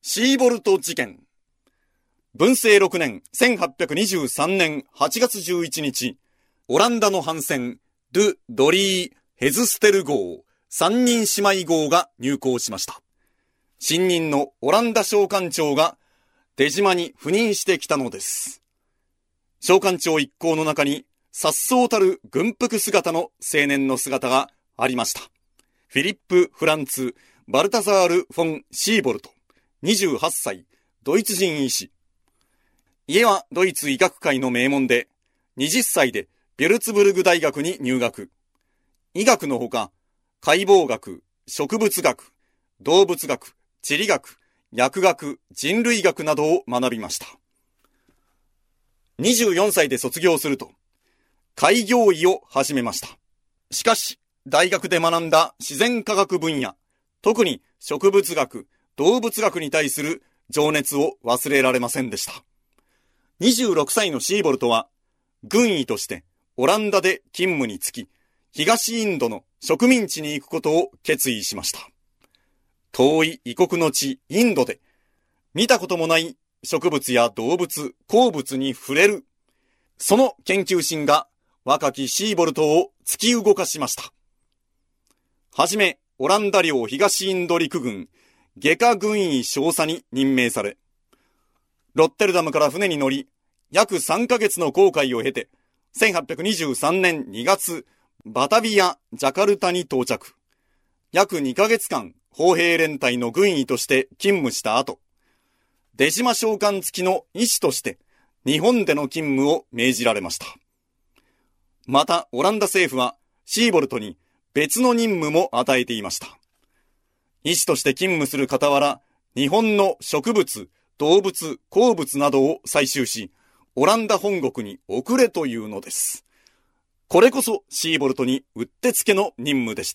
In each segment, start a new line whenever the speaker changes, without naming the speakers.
シーボルト事件。文政6年1823年8月11日、オランダの帆船、ドゥ・ドリー・ヘズステル号、三人姉妹号が入港しました。新任のオランダ商艦長が出島に赴任してきたのです。商艦長一行の中に、颯爽たる軍服姿の青年の姿がありました。フィリップ・フランツ・バルタザール・フォン・シーボルト、28歳、ドイツ人医師。家はドイツ医学会の名門で、20歳でビュルツブルグ大学に入学。医学のほか、解剖学、植物学、動物学、地理学、薬学、人類学などを学びました。24歳で卒業すると、開業医を始めました。しかし、大学で学んだ自然科学分野、特に植物学、動物学に対する情熱を忘れられませんでした。26歳のシーボルトは、軍医としてオランダで勤務に就き、東インドの植民地に行くことを決意しました。遠い異国の地インドで、見たこともない植物や動物、鉱物に触れる。その研究心が若きシーボルトを突き動かしました。はじめ、オランダ領東インド陸軍、外科軍医少佐に任命され、ロッテルダムから船に乗り、約3ヶ月の航海を経て、1823年2月、バタビア、ジャカルタに到着。約2ヶ月間、砲兵連隊の軍医として勤務した後、出島商艦付きの医師として、日本での勤務を命じられました。また、オランダ政府は、シーボルトに別の任務も与えていました。医師として勤務する傍ら、日本の植物、動物、鉱物などを採集し、オランダ本国に送れというのです。これこそシーボルトにうってつけの任務でした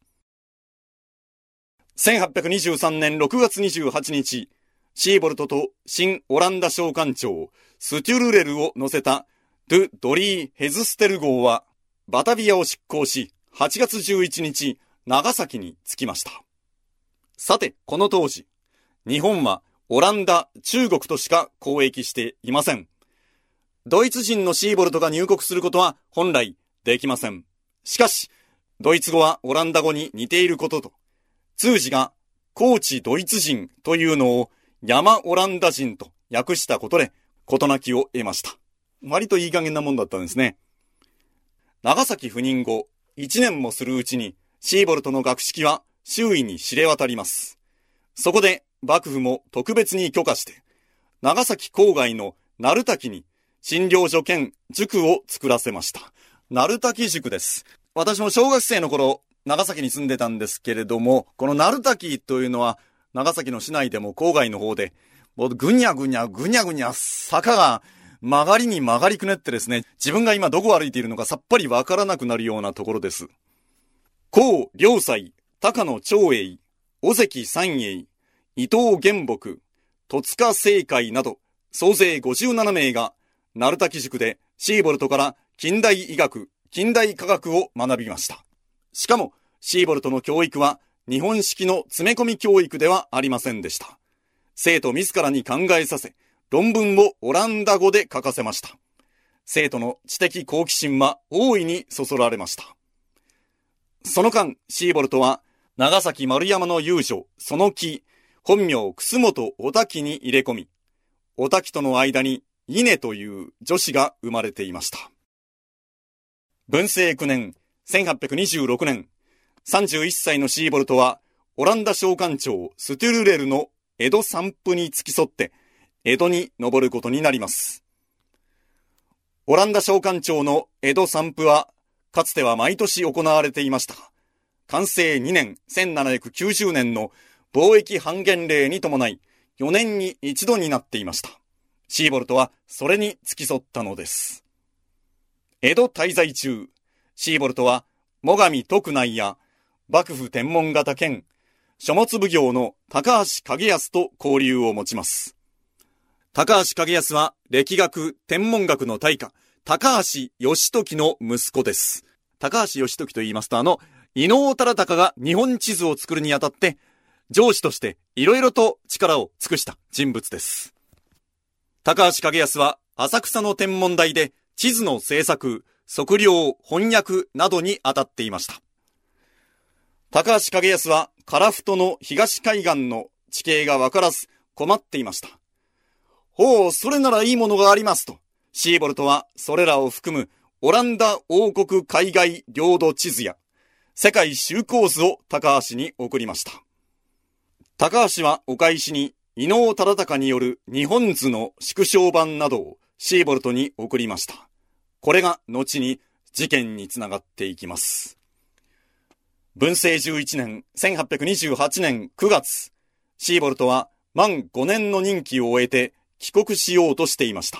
。1823年6月28日、シーボルトと新オランダ商艦長、ステュルレルを乗せたドゥ・ドリー・ヘズステル号は、バタビアを出港し、8月11日、長崎に着きました。さて、この当時、日本はオランダ、中国としか交易していません。ドイツ人のシーボルトが入国することは本来できません。しかし、ドイツ語はオランダ語に似ていることと、通詞が高知ドイツ人というのを山オランダ人と訳したことで事なきを得ました。割といい加減なもんだったんですね。長崎赴任後、1年もするうちにシーボルトの学識は周囲に知れ渡ります。そこで幕府も特別に許可して、長崎郊外の鳴滝に診療所兼塾を作らせました。鳴滝塾です。私も小学生の頃、長崎に住んでたんですけれども、この鳴滝というのは長崎の市内でも郊外の方で、ぐにゃぐにゃぐにゃぐにゃ坂が曲がりに曲がりくねってですね、自分が今どこを歩いているのかさっぱりわからなくなるようなところです。高良斎、高野長英、尾関三英、伊藤玄木、戸塚正海など、総勢57名が、鳴滝塾でシーボルトから近代医学、近代科学を学びました。しかも、シーボルトの教育は、日本式の詰め込み教育ではありませんでした。生徒自らに考えさせ、論文をオランダ語で書かせました。生徒の知的好奇心は大いにそそられました。その間、シーボルトは、長崎丸山の遊女、その木、本名楠本お滝に入れ込み、お滝との間に稲という女子が生まれていました。文政9年、1826年、31歳のシーボルトは、オランダ商艦長ステュルレルの江戸散布に付き添って、江戸に登ることになります。オランダ商艦長の江戸散布は、かつては毎年行われていましたが、寛政2年1790年の貿易半減令に伴い4年に一度になっていました。シーボルトはそれに付き添ったのです。江戸滞在中、シーボルトは最上徳内や幕府天文方兼書物奉行の高橋景康と交流を持ちます。高橋景康は歴学天文学の大家高橋義時の息子です。高橋義時と言いますと伊能忠敬が日本地図を作るにあたって上司として色々と力を尽くした人物です。高橋景康は浅草の天文台で地図の制作、測量、翻訳などに当たっていました。高橋景康は樺太の東海岸の地形がわからず困っていました。ほう、それならいいものがありますと、シーボルトはそれらを含むオランダ王国海外領土地図や世界周航図を高橋に送りました。高橋はお返しに伊能忠敬による日本図の縮小版などをシーボルトに送りました。これが後に事件につながっていきます。文政11年1828年9月、シーボルトは満5年の任期を終えて帰国しようとしていました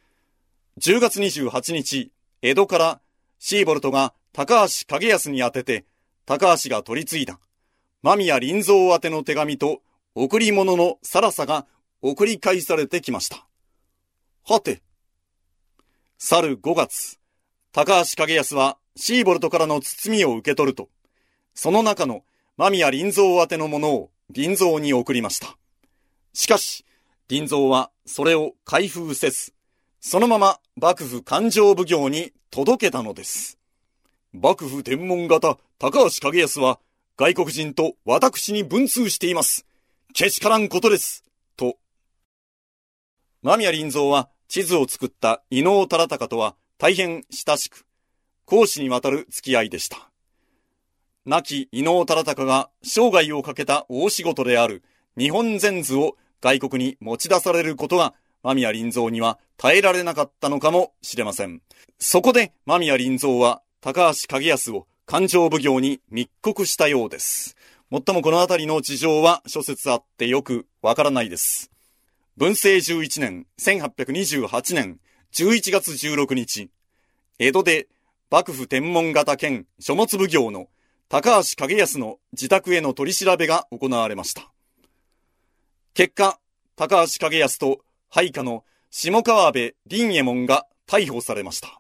。10月28日、江戸からシーボルトが高橋景康に宛てて、高橋が取り継いだ間宮林蔵宛ての手紙と贈り物のさらさが送り返されてきました。はて、去る5月、高橋景康はシーボルトからの包みを受け取ると、その中の間宮林蔵宛てのものを林蔵に送りました。しかし、林蔵はそれを開封せず、そのまま幕府勘定奉行に届けたのです。幕府天文方高橋景康は外国人と私に文通しています。けしからんことです。と。間宮林蔵は地図を作った伊能忠敬とは大変親しく、公私にわたる付き合いでした。亡き伊能忠敬が生涯をかけた大仕事である日本全図を外国に持ち出されることが間宮林蔵には耐えられなかったのかもしれません。そこで間宮林蔵は高橋景康を勘定奉行に密告したようです。もっともこのあたりの事情は諸説あってよくわからないです。文政11年1828年11月16日、江戸で幕府天文方兼書物奉行の高橋景康の自宅への取り調べが行われました。結果、高橋景康と配下の下川辺林右衛門が逮捕されました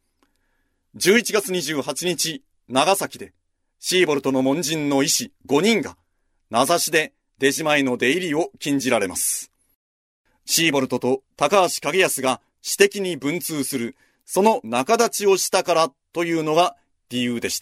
。11月28日、長崎でシーボルトの門人の医師5人が名指しで出島への出入りを禁じられます。シーボルトと高橋景康が私的に文通する、その仲立ちをしたからというのが理由でした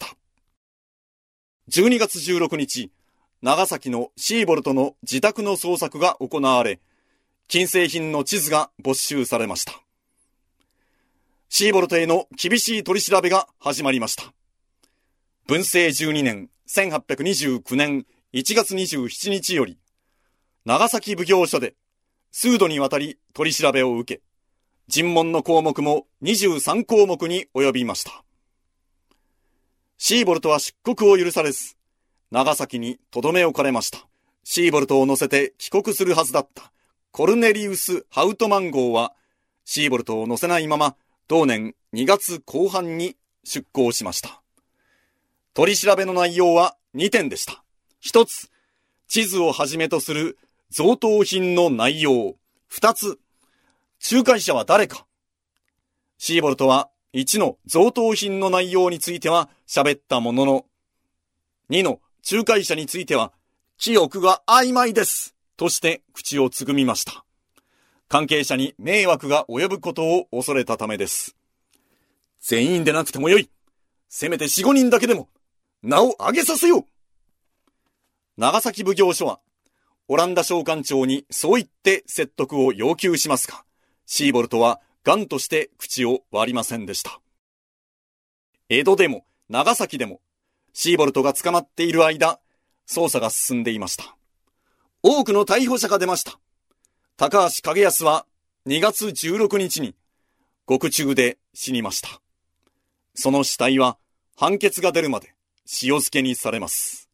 。12月16日、長崎のシーボルトの自宅の捜索が行われ、禁制品の地図が没収されました。シーボルトへの厳しい取り調べが始まりました。文政12年1829年1月27日より、長崎奉行所で数度にわたり取り調べを受け、尋問の項目も23項目に及びました。シーボルトは出国を許されず、長崎に留め置かれました。シーボルトを乗せて帰国するはずだったコルネリウス・ハウトマン号は、シーボルトを乗せないまま、同年2月後半に出港しました。取り調べの内容は2点でした。1つ、地図をはじめとする贈答品の内容。2つ、仲介者は誰か。シーボルトは1の贈答品の内容については喋ったものの、2の仲介者については記憶が曖昧ですとして口をつぐみました。関係者に迷惑が及ぶことを恐れたためです。全員でなくてもよい。せめて 4,5 人だけでも名を挙げさせよう。長崎奉行所はオランダ商館長にそう言って説得を要求しますが、シーボルトは頑として口を割りませんでした。江戸でも長崎でもシーボルトが捕まっている間、捜査が進んでいました。多くの逮捕者が出ました。高橋景康は2月16日に獄中で死にました。その死体は判決が出るまで塩漬けにされます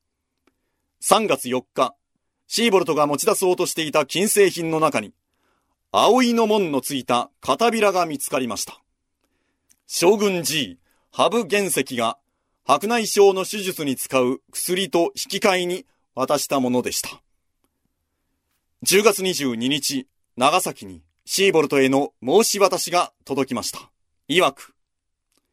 。3月4日、シーボルトが持ち出そうとしていた金製品の中に、葵の紋のついた片びらが見つかりました。将軍 G、羽生原石が白内障の手術に使う薬と引き換えに渡したものでした。10月22日、長崎にシーボルトへの申し渡しが届きました。曰く、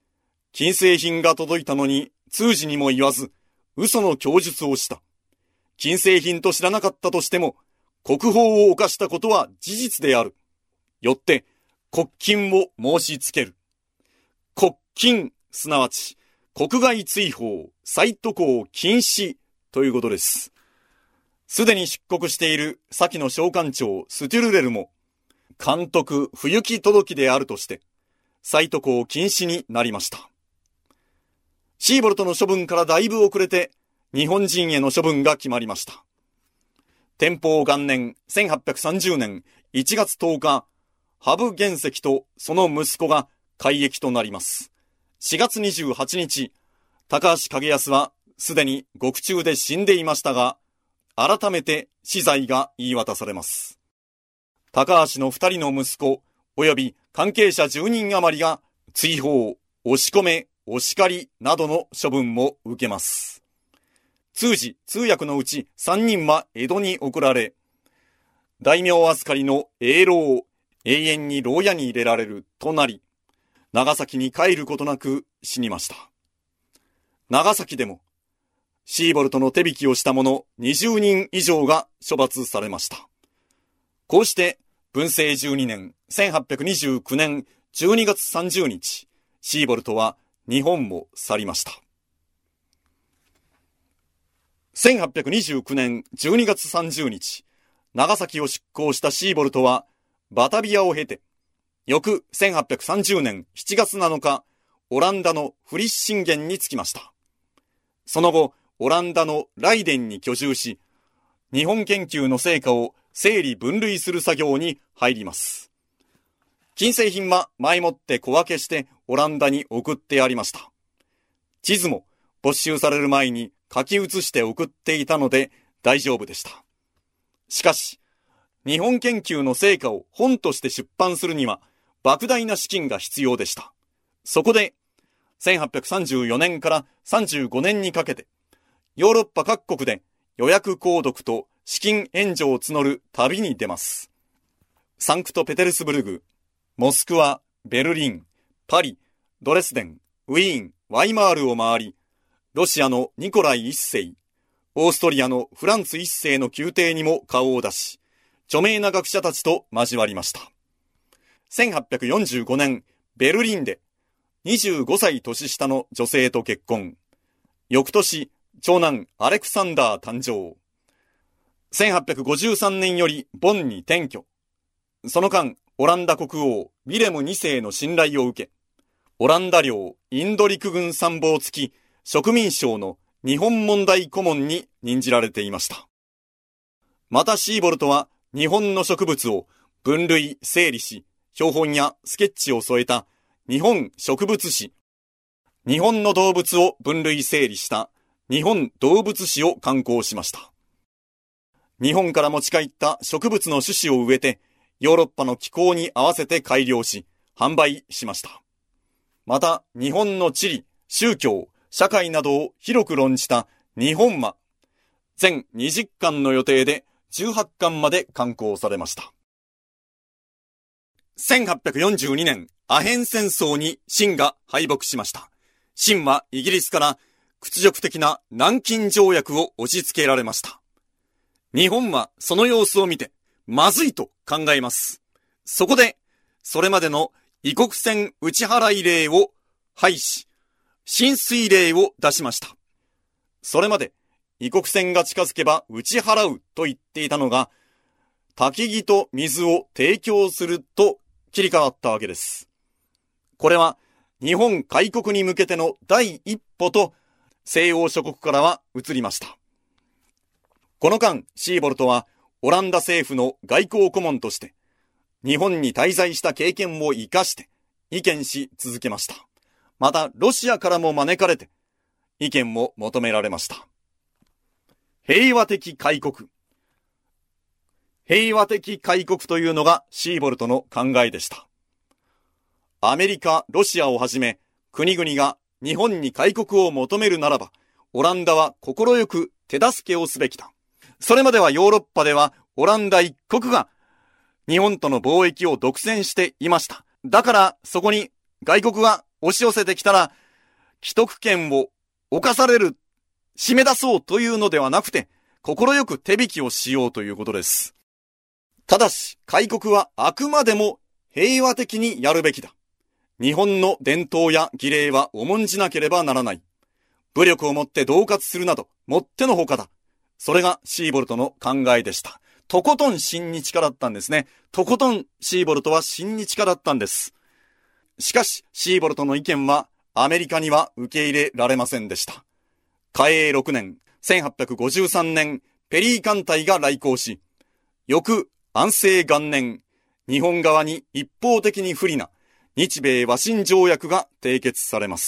金製品が届いたのに通詞にも言わず、嘘の供述をした。 禁制品と知らなかったとしても、国法を犯したことは事実である。よって、国禁を申し付ける。国禁、すなわち、国外追放、再渡航禁止ということです。すでに出国している先の召喚長ステュルレルも、監督不行き届きであるとして、再渡航禁止になりました。シーボルトの処分からだいぶ遅れて、日本人への処分が決まりました。天保元年1830年1月10日、羽生玄石とその息子が改易となります。4月28日、高橋景康はすでに獄中で死んでいましたが、改めて死罪が言い渡されます。高橋の2人の息子及び関係者10人余りが追放、押し込め、お叱りなどの処分も受けます。通詞、通訳のうち3人は江戸に送られ、大名預かりの永老、永遠に牢屋に入れられるとなり、長崎に帰ることなく死にました。長崎でも、シーボルトの手引きをした者20人以上が処罰されました。こうして、文政12年、1829年12月30日、シーボルトは日本を去りました。1829年12月30日、長崎を出港したシーボルトは、バタビアを経て、翌1830年7月7日、オランダのフリッシンゲンに着きました。その後、オランダのライデンに居住し、日本研究の成果を整理分類する作業に入ります。禁制品は前もって小分けしてオランダに送ってありました。地図も没収される前に書き写して送っていたので大丈夫でした。しかし、日本研究の成果を本として出版するには莫大な資金が必要でした。そこで、1834年から35年にかけて、ヨーロッパ各国で予約購読と資金援助を募る旅に出ます。サンクトペテルスブルグ、モスクワ、ベルリン、パリ、ドレスデン、ウィーン、ワイマールを回り、ロシアのニコライ一世、オーストリアのフランツ一世の宮廷にも顔を出し、著名な学者たちと交わりました。1845年、ベルリンで25歳年下の女性と結婚。翌年、長男アレクサンダー誕生。1853年よりボンに転居。その間、オランダ国王ウィレム2世の信頼を受け、オランダ領インド陸軍参謀付き植民省の日本問題顧問に任じられていました。またシーボルトは日本の植物を分類整理し、標本やスケッチを添えた日本植物誌、日本の動物を分類整理した日本動物誌を刊行しました。日本から持ち帰った植物の種子を植えて、ヨーロッパの気候に合わせて改良し、販売しました。また、日本の地理、宗教、社会などを広く論じた日本馬、全20巻の予定で18巻まで刊行されました。1842年、アヘン戦争に清が敗北しました。清はイギリスから屈辱的な南京条約を押し付けられました。日本はその様子を見て、まずいと考えます。そこで、それまでの異国船打ち払い令を廃し、進水令を出しました。それまで異国船が近づけば打ち払うと言っていたのが、焚き木と水を提供すると切り替わったわけです。これは日本開国に向けての第一歩と西欧諸国からは移りました。この間、シーボルトはオランダ政府の外交顧問として日本に滞在した経験を生かして意見し続けました。またロシアからも招かれて意見も求められました。平和的開国。平和的開国というのがシーボルトの考えでした。アメリカ、ロシアをはじめ国々が日本に開国を求めるならば、オランダは心よく手助けをすべきだ。それまではヨーロッパではオランダ一国が日本との貿易を独占していました。だからそこに外国が押し寄せてきたら既得権を侵される、締め出そうというのではなくて、 快く手引きをしようということです。ただし、開国はあくまでも平和的にやるべきだ。日本の伝統や儀礼は重んじなければならない。武力をもって恫喝するなど、もってのほかだ。それがシーボルトの考えでした。とことん親日家だったんですね。とことんシーボルトは親日家だったんです。しかし、シーボルトの意見はアメリカには受け入れられませんでした。嘉永6年、1853年、ペリー艦隊が来航し、翌安政元年、日本側に一方的に不利な日米和親条約が締結されます。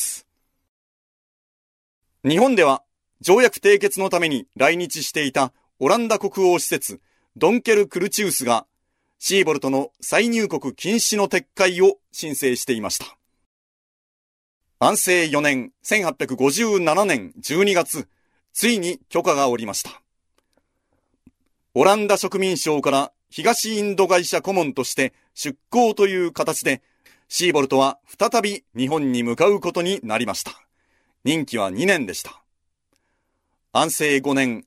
日本では条約締結のために来日していたオランダ国王使節ドンケル・クルチウスがシーボルトの再入国禁止の撤回を申請していました。安政4年1857年12月、ついに許可が下りました。オランダ植民省から東インド会社顧問として出向という形で、シーボルトは再び日本に向かうことになりました。任期は2年でした。安政5年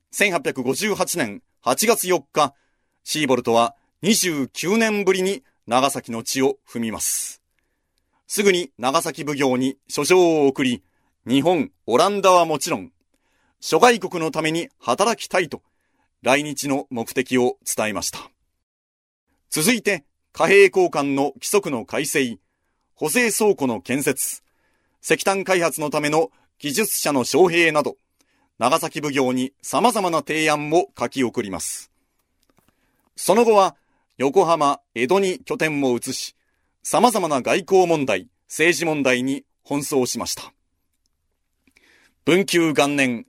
1858年8月4日、シーボルトは29年ぶりに長崎の地を踏みます。すぐに長崎奉行に書状を送り、日本、オランダはもちろん、諸外国のために働きたいと、来日の目的を伝えました。続いて、貨幣交換の規則の改正、補正倉庫の建設、石炭開発のための技術者の招聘など、長崎奉行に様々な提案を書き送ります。その後は、横浜、江戸に拠点を移し、様々な外交問題、政治問題に奔走しました。文久元年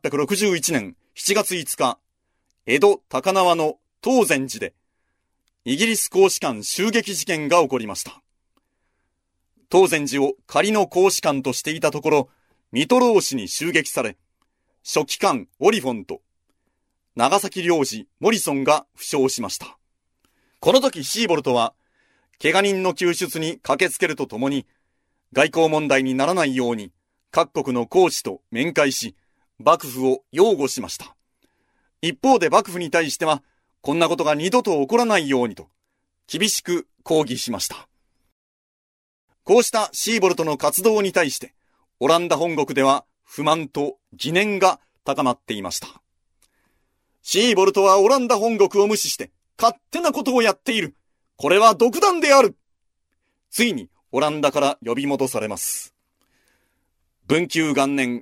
1861年7月5日、江戸高輪の東禅寺で、イギリス公使館襲撃事件が起こりました。東禅寺を仮の公使館としていたところ、水戸浪士に襲撃され、書記官オリフォンと、長崎領事モリソンが負傷しました。この時シーボルトは、怪我人の救出に駆けつけるとともに、外交問題にならないように、各国の公使と面会し、幕府を擁護しました。一方で幕府に対しては、こんなことが二度と起こらないようにと、厳しく抗議しました。こうしたシーボルトの活動に対して、オランダ本国では不満と疑念が高まっていました。シーボルトはオランダ本国を無視して、勝手なことをやっている。これは独断である。ついにオランダから呼び戻されます。文久元年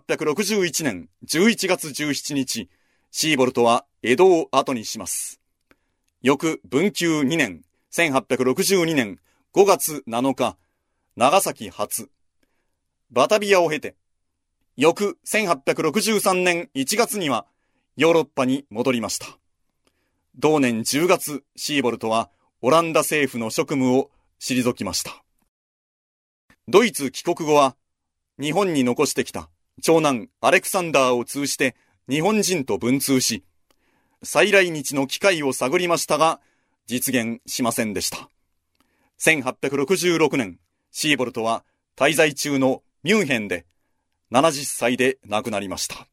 1861年11月17日、シーボルトは江戸を後にします。翌文久2年1862年5月7日、長崎発。バタビアを経て、翌1863年1月にはヨーロッパに戻りました。同年10月、シーボルトはオランダ政府の職務を退きました。ドイツ帰国後は、日本に残してきた長男アレクサンダーを通じて日本人と文通し、再来日の機会を探りましたが、実現しませんでした。1866年、シーボルトは滞在中のミュンヘンで70歳で亡くなりました。